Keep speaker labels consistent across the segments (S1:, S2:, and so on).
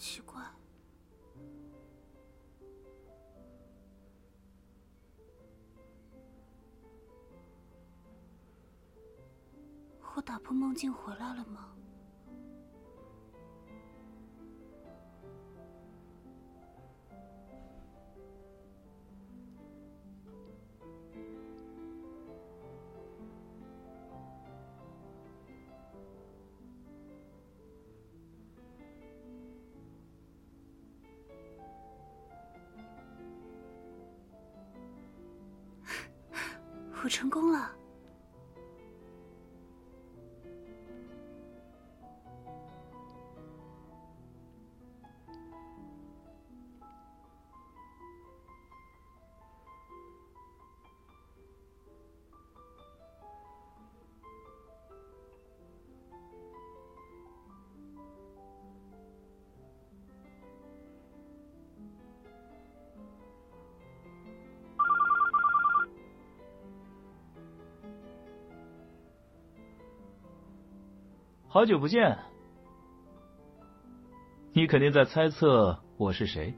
S1: 奇怪，我打破梦境回来了吗？我成功了。
S2: 好久不见，你肯定在猜测我是谁。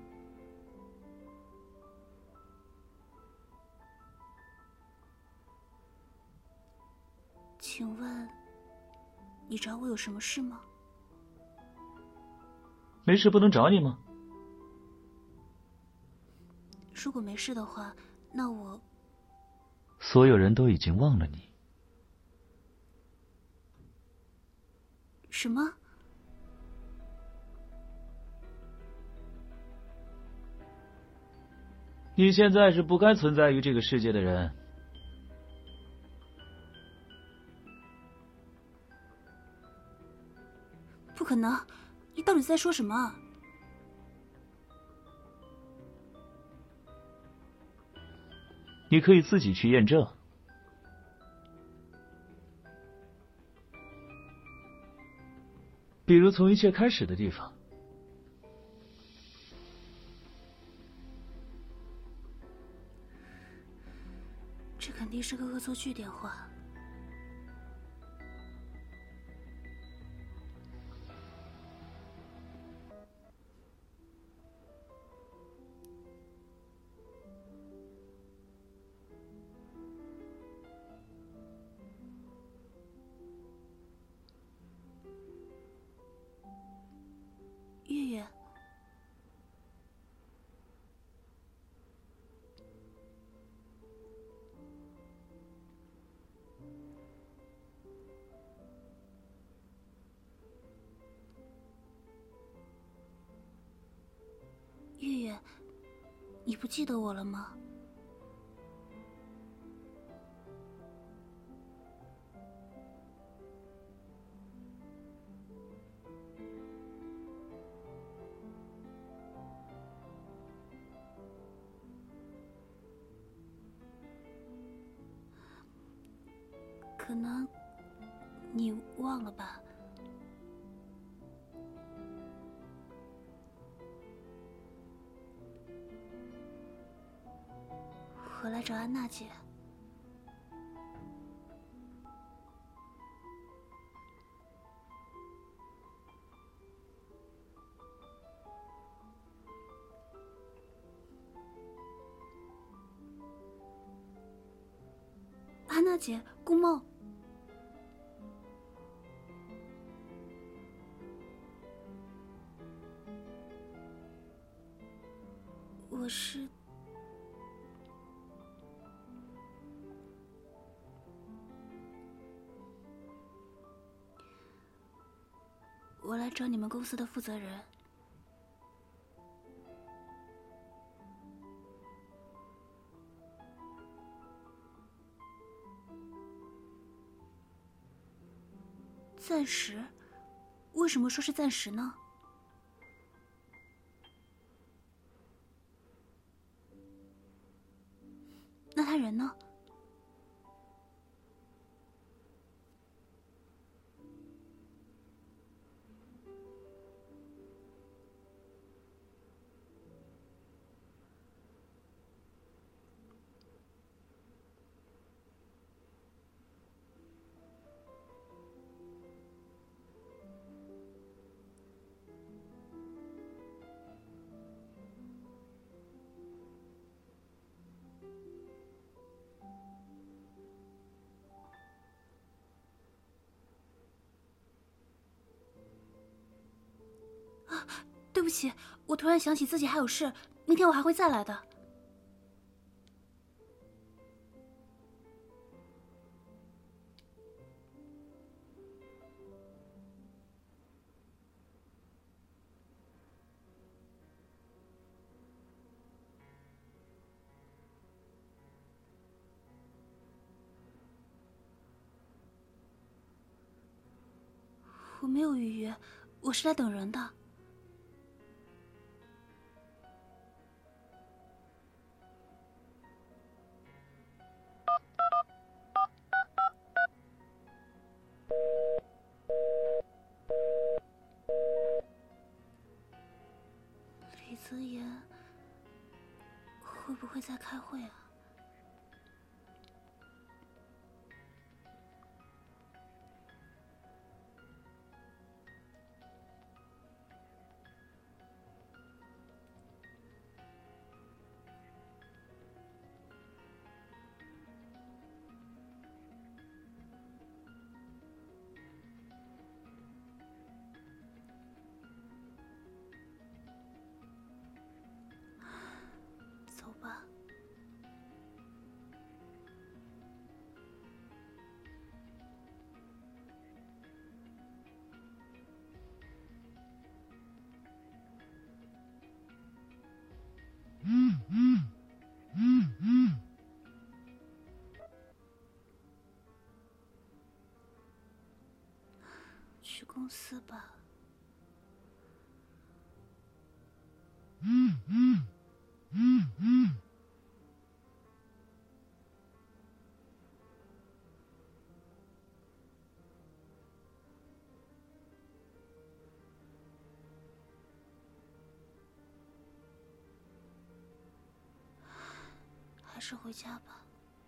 S1: 请问，你找我有什么事吗？
S2: 没事不能找你吗？
S1: 如果没事的话，那我……
S2: 所有人都已经忘了你。
S1: 什么？
S2: 你现在是不该存在于这个世界的人。
S1: 不可能！你到底在说什么？
S2: 你可以自己去验证。比如从一切开始的地方。
S1: 这肯定是个恶作剧电话。月月，月月，你不记得我了吗？可能你忘了吧。我来找安娜姐。安娜姐，顾梦。我是……我来找你们公司的负责人。暂时？为什么说是暂时呢？那他人呢？ 不起，我突然想起自己还有事，明天我还会再来的。我没有预约，我是来等人的。李泽言会不会在开会啊？走吧。去公司吧。还是回家吧。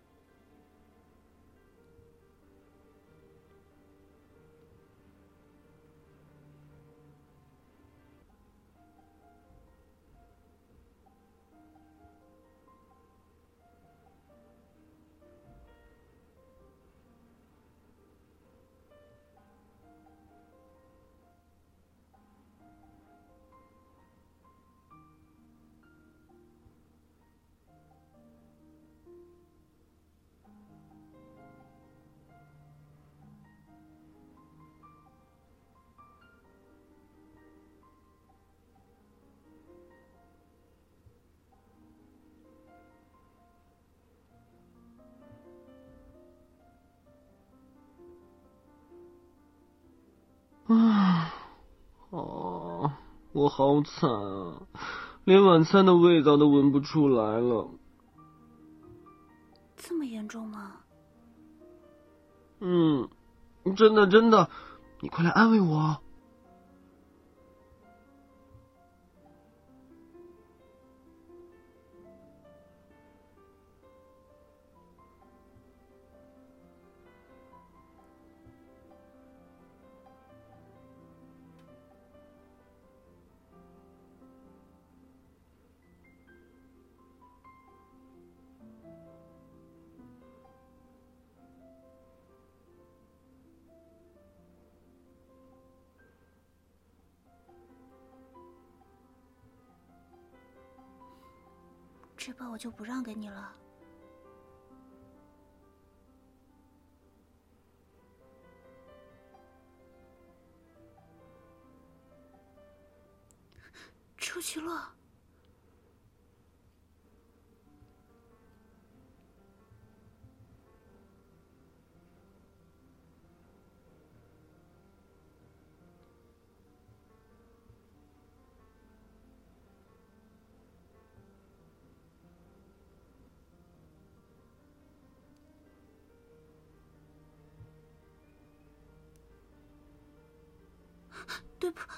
S3: 我好惨啊，连晚餐的味道都闻不出来了。
S1: 这么严重吗？
S3: 真的，你快来安慰我。
S1: 这包我就不让给你了。出去了。对不？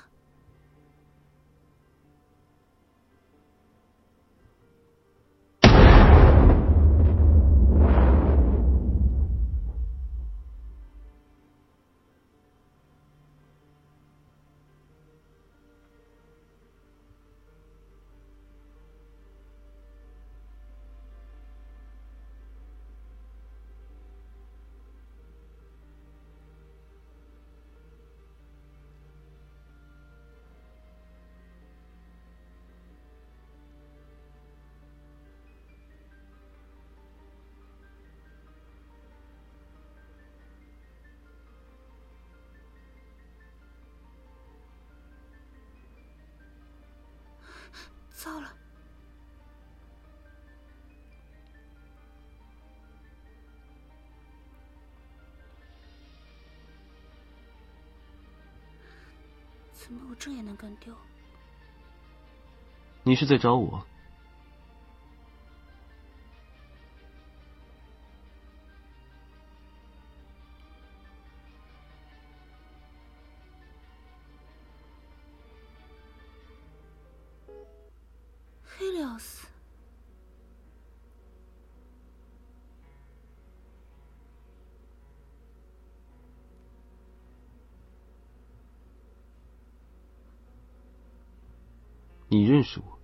S1: 怎么我这也能干掉？
S3: 你是在找我？
S1: 黑了要死！
S3: 你认识我？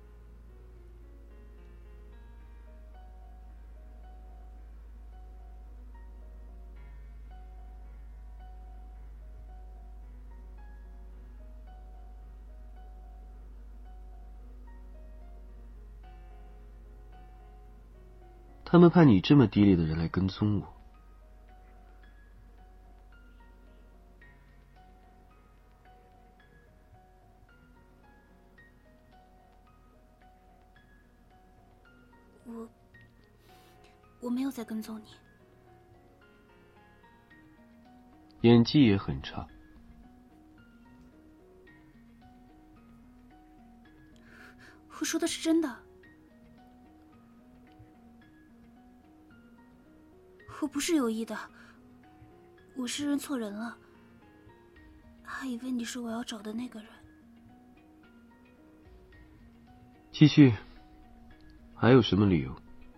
S3: 他们派你这么低劣的人来跟踪我，
S1: 我没有在跟踪你。
S3: 演技也很差。
S1: 我说的是真的。我不是有意的，我是认错人了，还以为你是我要找的那个人。
S3: 继续，还有什么理由？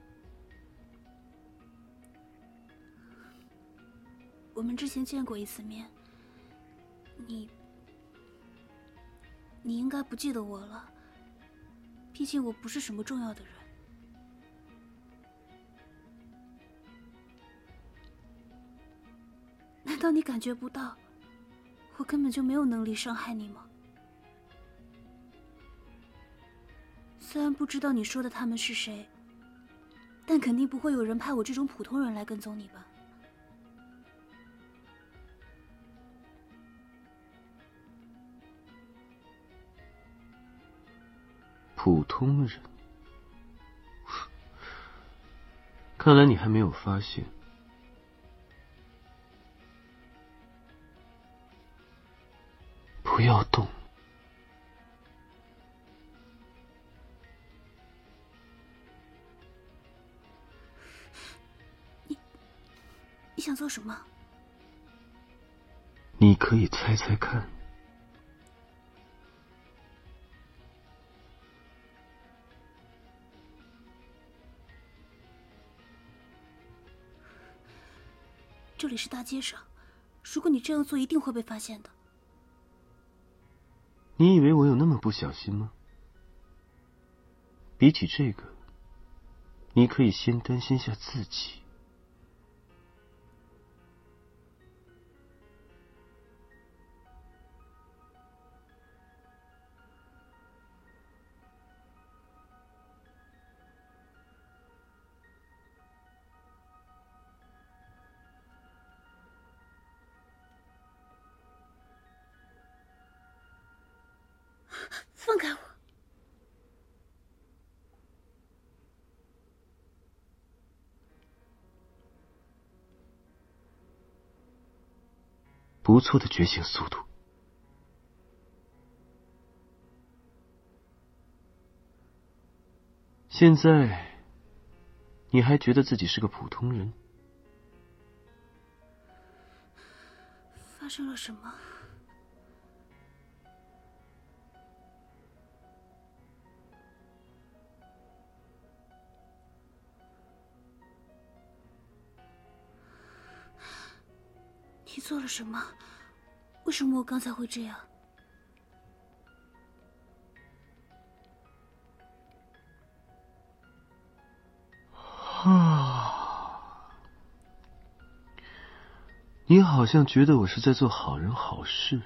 S1: 我们之前见过一次面，你应该不记得我了，毕竟我不是什么重要的人。难道你感觉不到，我根本就没有能力伤害你吗？虽然不知道你说的他们是谁，但肯定不会有人派我这种普通人来跟踪你吧？
S3: 普通人，看来你还没有发现。不要动！
S1: 你想做什么？
S3: 你可以猜猜看。
S1: 这里是大街上，如果你这样做，一定会被发现的。
S3: 你以为我有那么不小心吗？比起这个，你可以先担心下自己。
S1: 放开我！
S3: 不错的觉醒速度。现在，你还觉得自己是个普通人？
S1: 发生了什么？你做了什么？为什么我刚才会这样？
S3: 你好像觉得我是在做好人好事。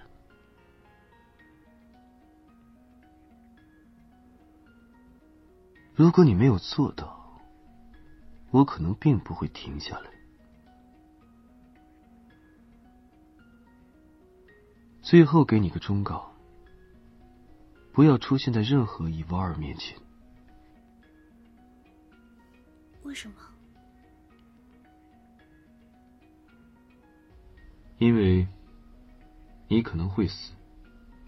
S3: 如果你没有做到，我可能并不会停下来。最后给你个忠告，不要出现在任何伊娃尔面前。
S1: 为什么？
S3: 因为你可能会死。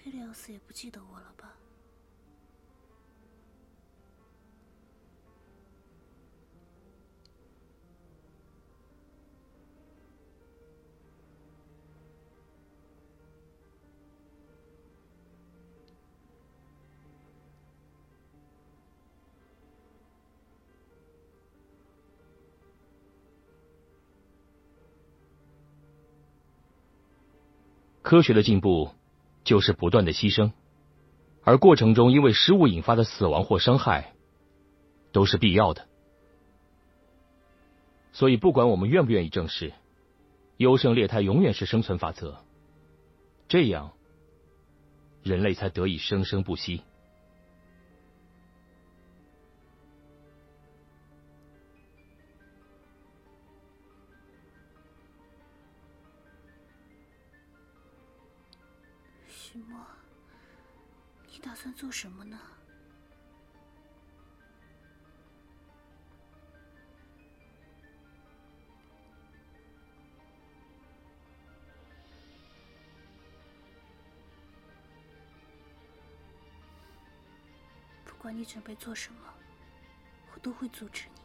S1: 黑的要死，也不记得我了吧？
S4: 科学的进步就是不断的牺牲，而过程中因为失误引发的死亡或伤害都是必要的。所以不管我们愿不愿意正视，优胜劣汰永远是生存法则，这样人类才得以生生不息。
S1: 许墨，你打算做什么呢？不管你准备做什么，我都会阻止你。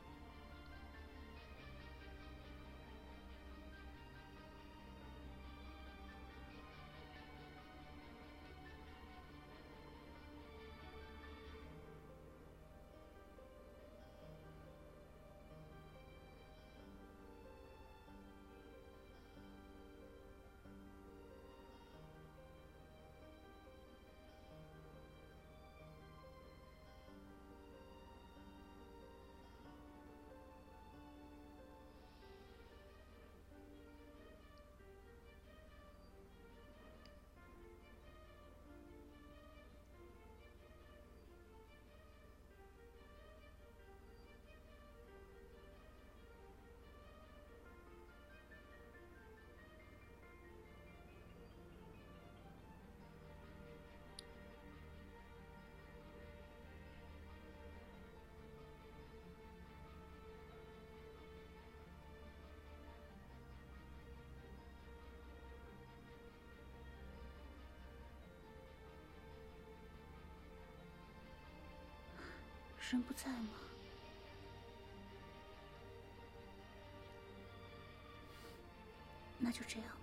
S1: 人不在吗？那就这样吧。